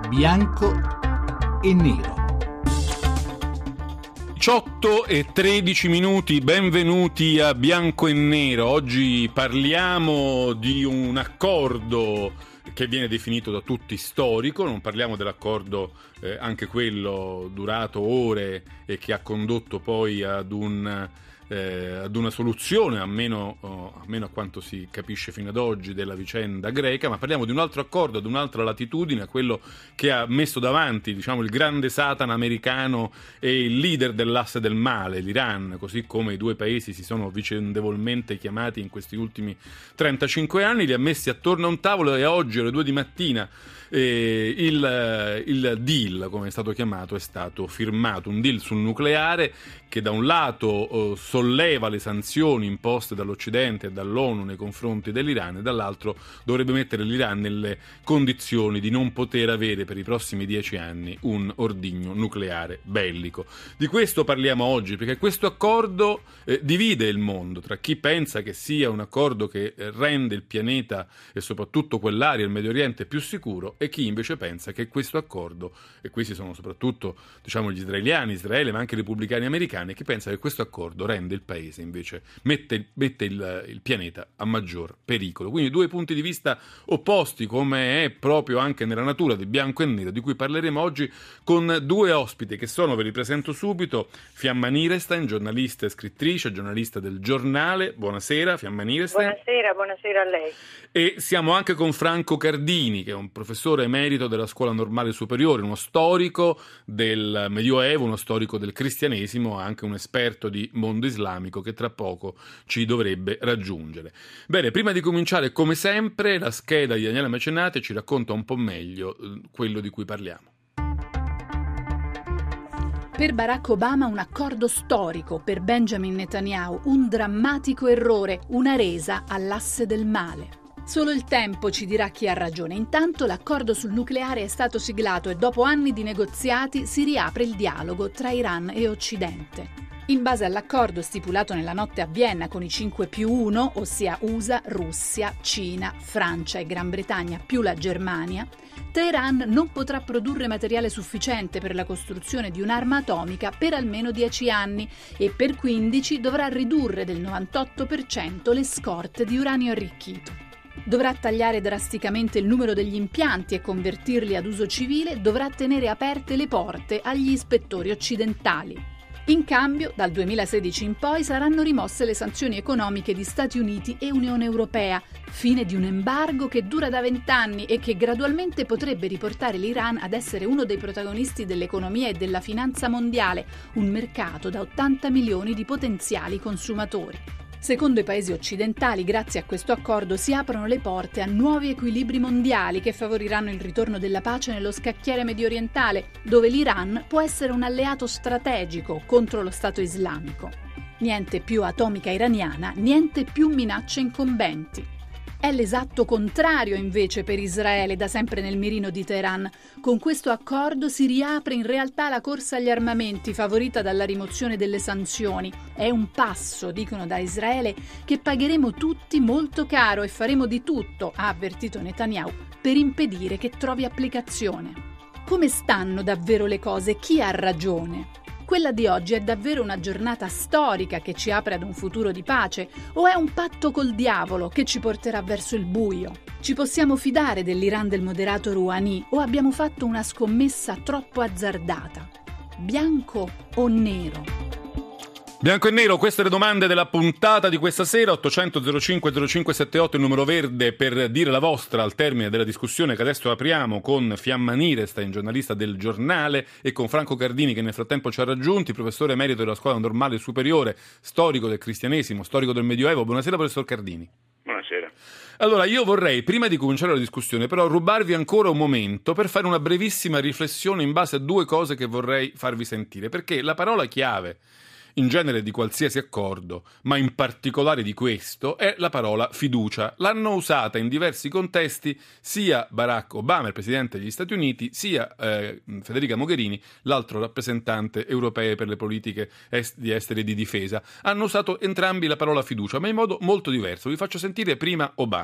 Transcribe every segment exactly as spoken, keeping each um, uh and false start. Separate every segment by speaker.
Speaker 1: Bianco e nero.
Speaker 2: diciotto e tredici minuti, benvenuti a Bianco e Nero. Oggi parliamo di un accordo che viene definito da tutti storico. Non parliamo dell'accordo, eh, anche quello durato ore e che ha condotto poi ad un Eh, ad una soluzione, almeno, oh, almeno a quanto si capisce fino ad oggi, della vicenda greca, ma parliamo di un altro accordo, ad un'altra latitudine, quello che ha messo davanti, diciamo, il grande Satana americano e il leader dell'asse del male, l'Iran, così come i due paesi si sono vicendevolmente chiamati in questi ultimi trentacinque anni, li ha messi attorno a un tavolo e oggi alle due di mattina eh, il, il deal, come è stato chiamato, è stato firmato, un deal sul nucleare che da un lato eh, solleva le sanzioni imposte dall'Occidente e dall'ONU nei confronti dell'Iran e dall'altro dovrebbe mettere l'Iran nelle condizioni di non poter avere per i prossimi dieci anni un ordigno nucleare bellico. Di questo parliamo oggi, perché questo accordo eh, divide il mondo tra chi pensa che sia un accordo che eh, rende il pianeta e soprattutto quell'area, il Medio Oriente, più sicuro, e chi invece pensa che questo accordo, e questi sono soprattutto, diciamo, gli israeliani, Israele, ma anche i repubblicani americani, chi pensa che questo accordo rende il paese, invece mette, mette il, il pianeta a maggior pericolo. Quindi due punti di vista opposti, come è proprio anche nella natura di Bianco e Nero, di cui parleremo oggi con due ospiti che sono, ve li presento subito, Fiamma Nirestein, giornalista e scrittrice, giornalista del Giornale. Buonasera Fiamma Nirestein.
Speaker 3: Buonasera, buonasera a lei.
Speaker 2: E siamo anche con Franco Cardini, che è un professore emerito della Scuola Normale Superiore, uno storico del Medioevo, uno storico del cristianesimo, anche un esperto di mondo islamico che tra poco ci dovrebbe raggiungere. Bene, prima di cominciare, come sempre, la scheda di Daniela Mecenate ci racconta un po' meglio eh, quello di cui parliamo.
Speaker 4: Per Barack Obama un accordo storico, per Benjamin Netanyahu un drammatico errore, una resa all'asse del male. Solo il tempo ci dirà chi ha ragione. Intanto l'accordo sul nucleare è stato siglato e dopo anni di negoziati si riapre il dialogo tra Iran e Occidente. In base all'accordo stipulato nella notte a Vienna con i cinque più uno, ossia U S A, Russia, Cina, Francia e Gran Bretagna più la Germania, Teheran non potrà produrre materiale sufficiente per la costruzione di un'arma atomica per almeno dieci anni e per quindici dovrà ridurre del novantotto per cento le scorte di uranio arricchito. Dovrà tagliare drasticamente il numero degli impianti e convertirli ad uso civile, dovrà tenere aperte le porte agli ispettori occidentali. In cambio, dal duemilasedici in poi saranno rimosse le sanzioni economiche di Stati Uniti e Unione Europea, fine di un embargo che dura da vent'anni e che gradualmente potrebbe riportare l'Iran ad essere uno dei protagonisti dell'economia e della finanza mondiale, un mercato da ottanta milioni di potenziali consumatori. Secondo i paesi occidentali, grazie a questo accordo si aprono le porte a nuovi equilibri mondiali che favoriranno il ritorno della pace nello scacchiere mediorientale, dove l'Iran può essere un alleato strategico contro lo Stato islamico. Niente più atomica iraniana, niente più minacce incombenti. È l'esatto contrario invece per Israele, da sempre nel mirino di Teheran. Con questo accordo si riapre in realtà la corsa agli armamenti, favorita dalla rimozione delle sanzioni. È un passo, dicono da Israele, che pagheremo tutti molto caro e faremo di tutto, ha avvertito Netanyahu, per impedire che trovi applicazione. Come stanno davvero le cose? Chi ha ragione? Quella di oggi è davvero una giornata storica che ci apre ad un futuro di pace o è un patto col diavolo che ci porterà verso il buio? Ci possiamo fidare dell'Iran del moderato Rouhani o abbiamo fatto una scommessa troppo azzardata? Bianco o nero?
Speaker 2: Bianco e Nero, queste le domande della puntata di questa sera. Ottocento zero cinque zero cinque sette otto il numero verde per dire la vostra al termine della discussione che adesso apriamo con Fiamma Nirestein, giornalista del Giornale, e con Franco Cardini, che nel frattempo ci ha raggiunti, professore emerito della Scuola Normale Superiore, storico del cristianesimo, storico del Medioevo. Buonasera professor Cardini.
Speaker 5: Buonasera.
Speaker 2: Allora, io vorrei, prima di cominciare la discussione, però rubarvi ancora un momento per fare una brevissima riflessione in base a due cose che vorrei farvi sentire, perché la parola chiave in genere di qualsiasi accordo, ma in particolare di questo, è la parola fiducia. L'hanno usata in diversi contesti sia Barack Obama, il presidente degli Stati Uniti, sia eh, Federica Mogherini, l'altro rappresentante europeo per le politiche est- di esteri e di difesa. Hanno usato entrambi la parola fiducia, ma in modo molto diverso. Vi faccio sentire prima Obama.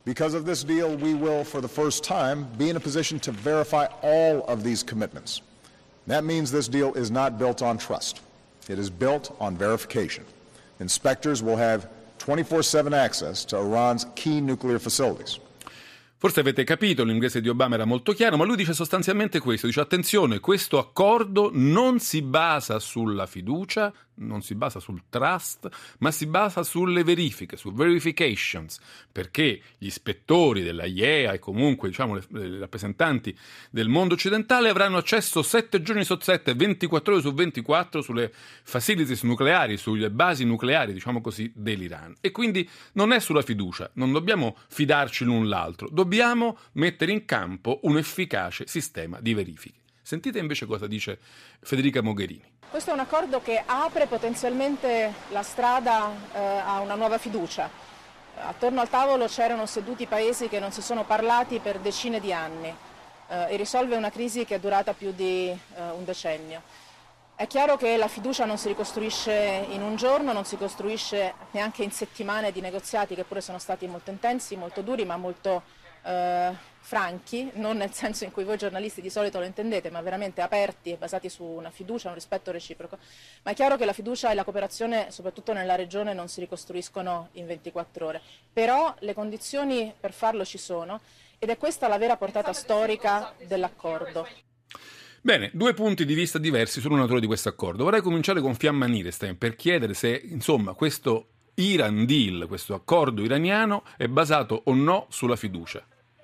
Speaker 3: Because of this deal, we will, for the first time, be in a position to verify all of these commitments. That means this deal is not built on trust. It is built on verification. Inspectors will have twenty-four seven access to Iran's key nuclear facilities.
Speaker 2: Forse avete capito, l'inglese di Obama era molto chiaro, ma lui dice sostanzialmente questo, dice attenzione, questo accordo non si basa sulla fiducia, non si basa sul trust, ma si basa sulle verifiche, su verifications, perché gli ispettori della I E A e comunque diciamo le, le rappresentanti del mondo occidentale avranno accesso sette giorni su sette, ventiquattro ore su ventiquattro sulle facilities nucleari, sulle basi nucleari, diciamo così, dell'Iran. E quindi non è sulla fiducia, non dobbiamo fidarci l'un l'altro, dobbiamo mettere in campo un efficace sistema di verifiche. Sentite invece cosa dice Federica Mogherini.
Speaker 5: Questo è un accordo che apre potenzialmente la strada eh, a una nuova fiducia. Attorno al tavolo c'erano seduti paesi che non si sono parlati per decine di anni eh, e risolve una crisi che è durata più di eh, un decennio. È chiaro che la fiducia non si ricostruisce in un giorno, non si costruisce neanche in settimane di negoziati che pure sono stati molto intensi, molto duri, ma molto eh, franchi, non nel senso in cui voi giornalisti di solito lo intendete, ma veramente aperti e basati su una fiducia, un rispetto reciproco. Ma è chiaro che la fiducia e la cooperazione, soprattutto nella regione, non si ricostruiscono in ventiquattro ore. Però le condizioni per farlo ci sono ed è questa la vera portata storica dell'accordo.
Speaker 2: Bene, due punti di vista diversi sulla natura di questo accordo. Vorrei cominciare con Fiamma Nierestein per chiedere se, insomma, questo Iran Deal, questo accordo iraniano, è basato o no sulla fiducia.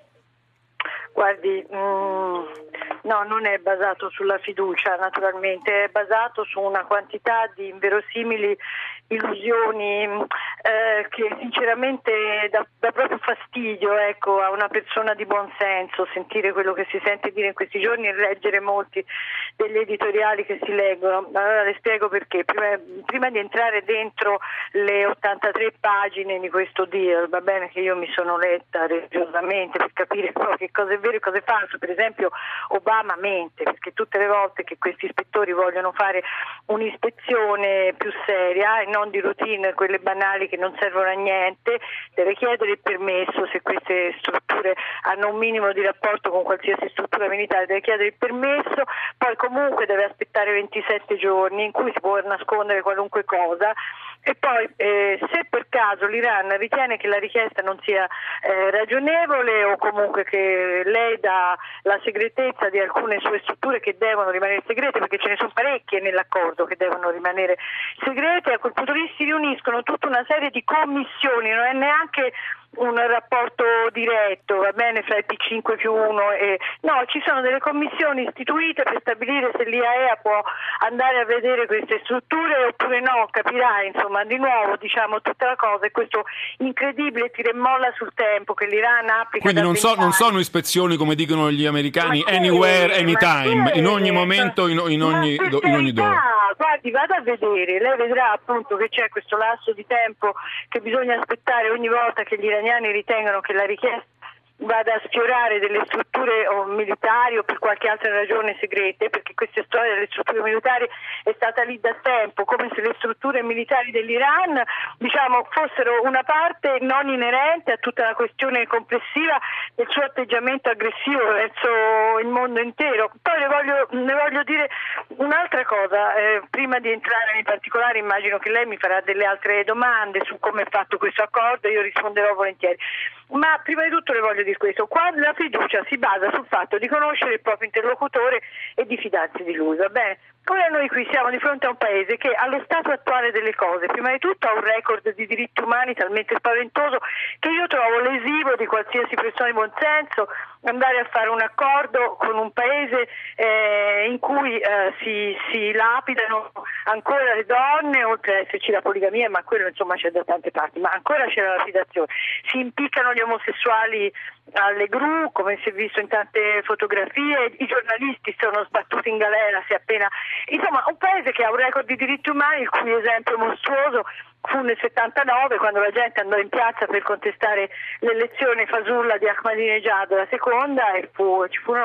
Speaker 6: Guardi, mm, no, non è basato sulla fiducia, naturalmente, è basato su una quantità di inverosimili illusioni eh, che sinceramente dà, dà proprio fastidio, ecco, a una persona di buon senso sentire quello che si sente dire in questi giorni e leggere molti degli editoriali che si leggono. Allora le spiego perché. Prima, prima di entrare dentro le ottantatré pagine di questo deal, va bene che io mi sono letta religiosamente per capire però che cosa è vero e cosa è falso. Per esempio Obama mente, perché tutte le volte che questi ispettori vogliono fare un'ispezione più seria e non di routine, quelle banali che non servono a niente, deve chiedere il permesso. Se queste strutture hanno un minimo di rapporto con qualsiasi struttura militare, deve chiedere il permesso, poi comunque deve aspettare ventisette giorni in cui si può nascondere qualunque cosa. E poi eh, se per caso l'Iran ritiene che la richiesta non sia eh, ragionevole o comunque che leda la segretezza di alcune sue strutture che devono rimanere segrete, perché ce ne sono parecchie nell'accordo che devono rimanere segrete, a quel punto lì si riuniscono tutta una serie di commissioni, non è neanche un rapporto diretto, va bene, fra il P cinque più uno e no, ci sono delle commissioni istituite per stabilire se l'I A E A può andare a vedere queste strutture oppure no, capirai, insomma, di nuovo diciamo tutta la cosa, e questo incredibile tira e molla sul tempo che l'Iran applica.
Speaker 2: Quindi non, so, non sono ispezioni come dicono gli americani, ma anywhere, sì, anytime, sì, in ogni momento, in, in ogni, do, in ogni dove.
Speaker 6: Guardi, vada a vedere, lei vedrà appunto che c'è questo lasso di tempo che bisogna aspettare ogni volta che gli iraniani ritengono che la richiesta vada a sfiorare delle strutture o militari o per qualche altra ragione segrete, perché questa storia delle strutture militari è stata lì da tempo, come se le strutture militari dell'Iran diciamo fossero una parte non inerente a tutta la questione complessiva del suo atteggiamento aggressivo verso il mondo intero. Poi le voglio, le voglio dire un'altra cosa, eh, prima di entrare nei particolari immagino che lei mi farà delle altre domande su come è fatto questo accordo, io risponderò volentieri. Ma prima di tutto le voglio dire questo: quando la fiducia si basa sul fatto di conoscere il proprio interlocutore e di fidarsi di lui, va bene? Ora noi qui siamo di fronte a un paese che allo stato attuale delle cose, prima di tutto ha un record di diritti umani talmente spaventoso che io trovo lesivo di qualsiasi persona di buon senso andare a fare un accordo con un paese eh, in cui eh, si, si lapidano ancora le donne, oltre ad esserci la poligamia, ma quello insomma c'è da tante parti, ma ancora c'è la lapidazione, si impiccano gli omosessuali alle gru, come si è visto in tante fotografie, i giornalisti sono sbattuti in galera, si è appena... Insomma, un paese che ha un record di diritti umani, il cui esempio mostruoso fu nel settantanove, quando la gente andò in piazza per contestare l'elezione fasulla di Ahmadinejad, la seconda, e fu, ci furono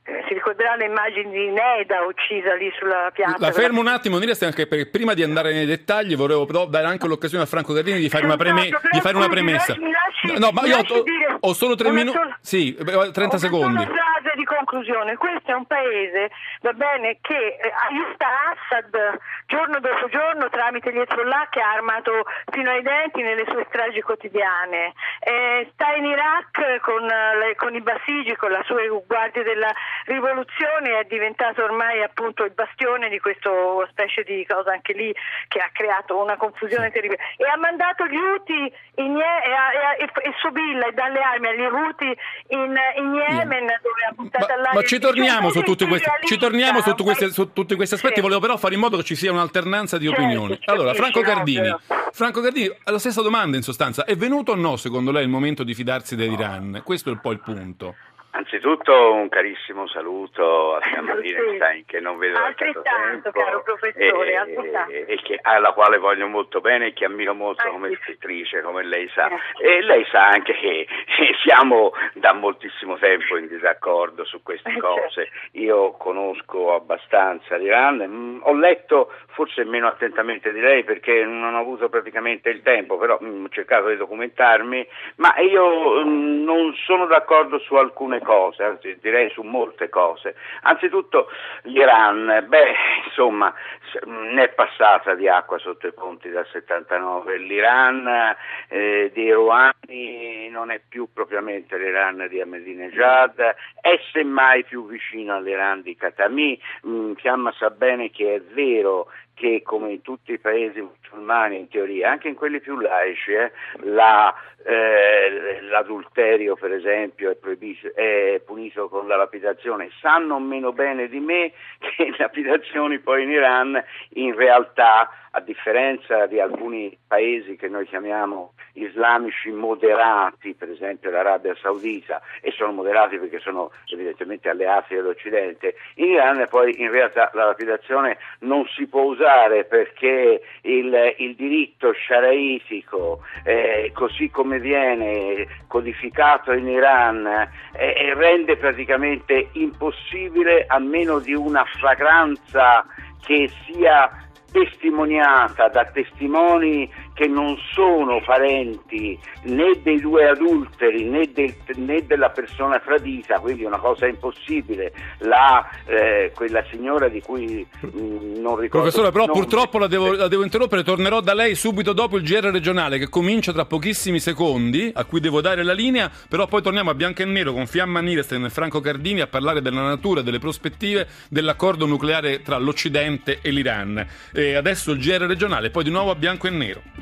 Speaker 6: Si ricorderà le immagini di Neda uccisa lì sulla piazza.
Speaker 2: La fermo un attimo, Nireste, anche perché prima di andare nei dettagli volevo però dare anche l'occasione a Franco Gardini di fare una, preme-
Speaker 6: esatto,
Speaker 2: di fare una
Speaker 6: scusi,
Speaker 2: premessa.
Speaker 6: Mi lasci,
Speaker 2: no, ma
Speaker 6: mi
Speaker 2: io
Speaker 6: lasci
Speaker 2: ho,
Speaker 6: dire
Speaker 2: ho solo tre minuti.
Speaker 6: sola,
Speaker 2: sì, trenta secondi.
Speaker 6: Una frase di conclusione. Questo è un paese, va bene, che eh, aiuta Assad giorno dopo giorno tramite gli Hezbollah che ha armato fino ai denti nelle sue stragi quotidiane. Eh, sta in Iraq con, le, con i Basigi, con la sua guardia della rivoluzione, è diventato ormai appunto il bastione di questo specie di cosa anche lì che ha creato una confusione terribile, e ha mandato gli Houthi in Ye- e, ha, e, e sobilla e dalle armi agli Houthi in, in Yemen, yeah. dove ha buttato
Speaker 2: ma,
Speaker 6: all'aria.
Speaker 2: ma ci torniamo su tutti questi ci torniamo su, tu questi, su tutti questi aspetti. Sì. Volevo però fare in modo che ci sia un'alternanza di
Speaker 6: certo,
Speaker 2: opinioni. Allora, Franco Gardini, Franco Gardini, la stessa domanda in sostanza: è venuto o no secondo lei il momento di fidarsi dell'Iran? Questo è un po' il punto.
Speaker 7: Anzitutto un carissimo saluto a Fiamma Liechtenstein, che non vedo da tanto tempo,
Speaker 6: caro professore,
Speaker 7: e, e che, alla quale voglio molto bene e che ammiro molto
Speaker 6: Anche.
Speaker 7: come scrittrice, come lei sa. E lei sa anche che siamo da moltissimo tempo in disaccordo su queste cose. Io conosco abbastanza l'Iran, ho letto forse meno attentamente di lei perché non ho avuto praticamente il tempo, però ho cercato di documentarmi, ma io non sono d'accordo su alcune cose, anzi direi su molte cose. Anzitutto l'Iran, beh, insomma, ne è passata di acqua sotto i ponti dal settantanove. L'Iran eh, di Rouhani non è più propriamente l'Iran di Ahmadinejad, è semmai più vicino all'Iran di Khatami. Mm, Fiamma sa bene che è vero che, come in tutti i paesi musulmani in teoria, anche in quelli più laici, eh, la, eh, l'adulterio per esempio è, proibito, è punito con la lapidazione. Sanno meno bene di me che le lapidazioni poi in Iran in realtà, a differenza di alcuni paesi che noi chiamiamo islamici moderati, per esempio l'Arabia Saudita, e sono moderati perché sono evidentemente alleati dell'Occidente, in Iran poi in realtà la lapidazione non si può usare perché il, il diritto sciaraitico, eh, così come viene codificato in Iran, eh, rende praticamente impossibile, a meno di una flagranza che sia testimoniata da testimoni che non sono parenti né dei due adulteri né, del, né della persona tradita, quindi una cosa impossibile. La, eh, quella signora di cui mh, non ricordo.
Speaker 2: Professore, però
Speaker 7: non...
Speaker 2: purtroppo la devo, la devo interrompere, tornerò da lei subito dopo il G R regionale che comincia tra pochissimi secondi, a cui devo dare la linea, però poi torniamo a Bianco e Nero con Fiamma Nielsen e Franco Gardini a parlare della natura e delle prospettive dell'accordo nucleare tra l'Occidente e l'Iran. E adesso il G R regionale, poi di nuovo a Bianco e Nero.